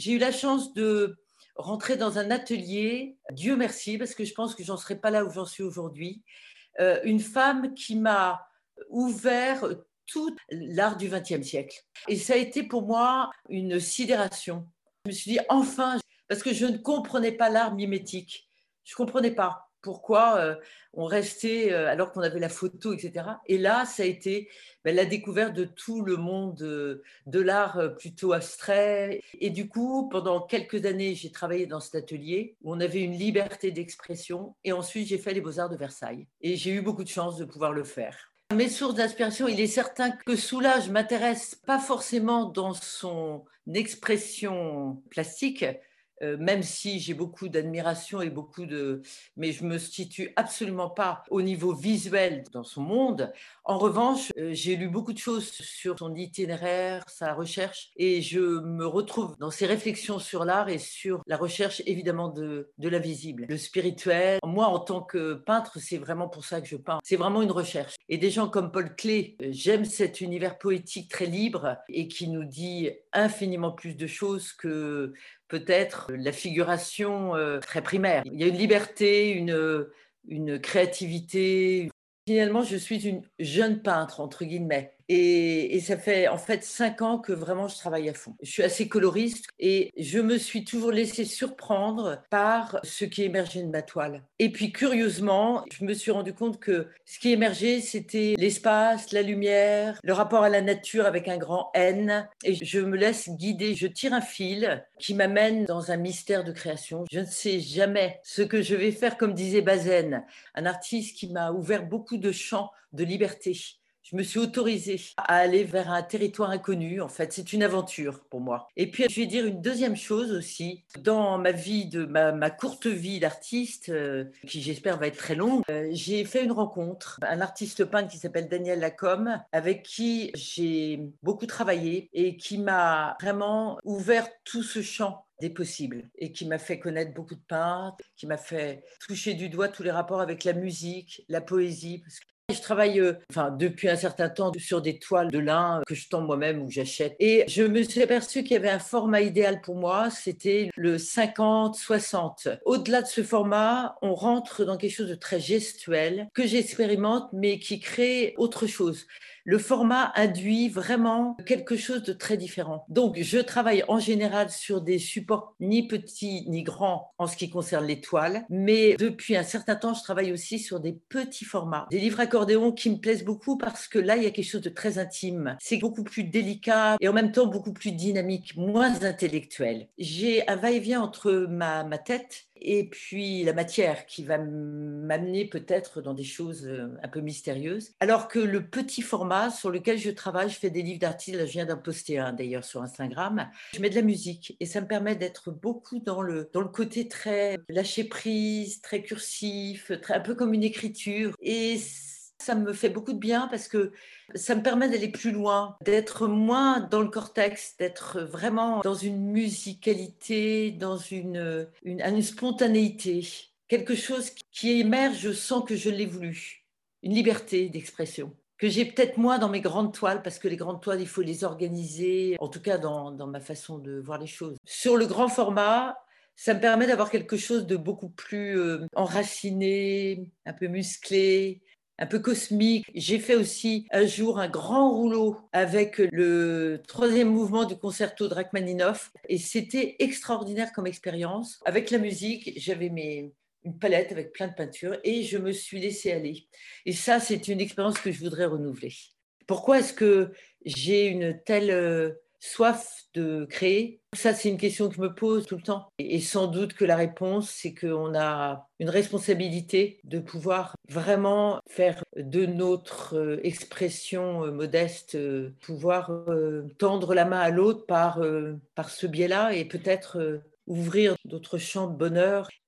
J'ai eu la chance de rentrer dans un atelier, Dieu merci, parce que je pense que j'en serais pas là où j'en suis aujourd'hui. Une femme qui m'a ouvert tout l'art du XXe siècle et ça a été pour moi une sidération. Je me suis dit: «Enfin!» parce que je ne comprenais pas l'art mimétique. Je comprenais pas pourquoi, on restait, alors qu'on avait la photo et cetera et là, ça a été, la découverte de tout le monde, de l'art, plutôt abstrait et du coup, pendant quelques années, j'ai travaillé dans cet atelier où on avait une liberté d'expression et ensuite j'ai fait les Beaux-Arts de Versailles et j'ai eu beaucoup de chance de pouvoir le faire. Mes sources d'inspiration, il est certain que Soulages m'intéresse pas forcément dans son expression plastique, même si j'ai beaucoup d'admiration et beaucoup de mais je me situe absolument pas au niveau visuel dans son monde. En revanche, j'ai lu beaucoup de choses sur son itinéraire, sa recherche et je me retrouve dans ses réflexions sur l'art et sur la recherche évidemment de l'invisible, le spirituel. Moi, en tant que peintre, c'est vraiment pour ça que je peins. C'est vraiment une recherche et des gens comme Paul Klee, j'aime cet univers poétique très libre et qui nous dit infiniment plus de choses que peut-être la figuration, très primaire. Il y a une liberté, une créativité. Finalement, je suis une «jeune peintre» entre guillemets et ça fait en fait 5 ans que vraiment je travaille à fond. Je suis assez coloriste et je me suis toujours laissée surprendre par ce qui émergeait de ma toile et puis curieusement, je me suis rendu compte que ce qui émergeait, c'était l'espace, la lumière, le rapport à la nature avec un grand N et je me laisse guider. Je tire un fil qui m'amène dans un mystère de création. Je ne sais jamais ce que je vais faire, comme disait Bazaine, un artiste qui m'a ouvert beaucoup de champs de liberté. Je me suis autorisée à aller vers un territoire inconnu. En fait, c'est une aventure pour moi. Et puis, je vais dire une deuxième chose aussi. Dans ma vie, ma courte vie d'artiste, qui j'espère va être très longue, j'ai fait une rencontre. Un artiste peintre qui s'appelle Daniel Lacombe, avec qui j'ai beaucoup travaillé et qui m'a vraiment ouvert tout ce champ des possibles et qui m'a fait connaître beaucoup de peintres, qui m'a fait toucher du doigt tous les rapports avec la musique, la poésie. Parce que je travaille depuis un certain temps sur des toiles de lin que je tends moi-même ou j'achète. Et je me suis aperçue qu'il y avait un format idéal pour moi, c'était le 50-60. Au-delà de ce format, on rentre dans quelque chose de très gestuel que j'expérimente mais qui crée autre chose. Le format induit vraiment quelque chose de très différent. Donc, je travaille en général sur des supports ni petits ni grands en ce qui concerne les toiles, mais depuis un certain temps, je travaille aussi sur des petits formats, des livres accordéons qui me plaisent beaucoup parce que là, il y a quelque chose de très intime. C'est beaucoup plus délicat et en même temps beaucoup plus dynamique, moins intellectuel. J'ai un va-et-vient entre ma tête et puis la matière qui va m'amener peut-être dans des choses un peu mystérieuses. Alors que le petit format sur lequel je travaille, je fais des livres d'artistes, là je viens d'en poster un d'ailleurs sur Instagram, je mets de la musique et ça me permet d'être beaucoup dans le côté très lâcher prise, très cursif, un peu comme une écriture. Et ça me fait beaucoup de bien parce que ça me permet d'aller plus loin, d'être moins dans le cortex, d'être vraiment dans une musicalité, dans une spontanéité, quelque chose qui émerge, je sens que je l'ai voulu, une liberté d'expression que j'ai peut-être moins dans mes grandes toiles, parce que les grandes toiles, il faut les organiser, en tout cas dans ma façon de voir les choses. Sur le grand format, ça me permet d'avoir quelque chose de beaucoup plus enraciné, un peu musclé, un peu cosmique. J'ai fait aussi un jour un grand rouleau avec le troisième mouvement du concerto de Rachmaninoff et c'était extraordinaire comme expérience. Avec la musique, j'avais une palette avec plein de peintures et je me suis laissée aller. Et ça, c'est une expérience que je voudrais renouveler. Pourquoi est-ce que j'ai une telle soif de créer? Ça, c'est une question que je me pose tout le temps. Et sans doute que la réponse, c'est qu'on a une responsabilité de pouvoir vraiment faire de notre expression modeste, pouvoir tendre la main à l'autre par ce biais-là et peut-être ouvrir d'autres champs de bonheur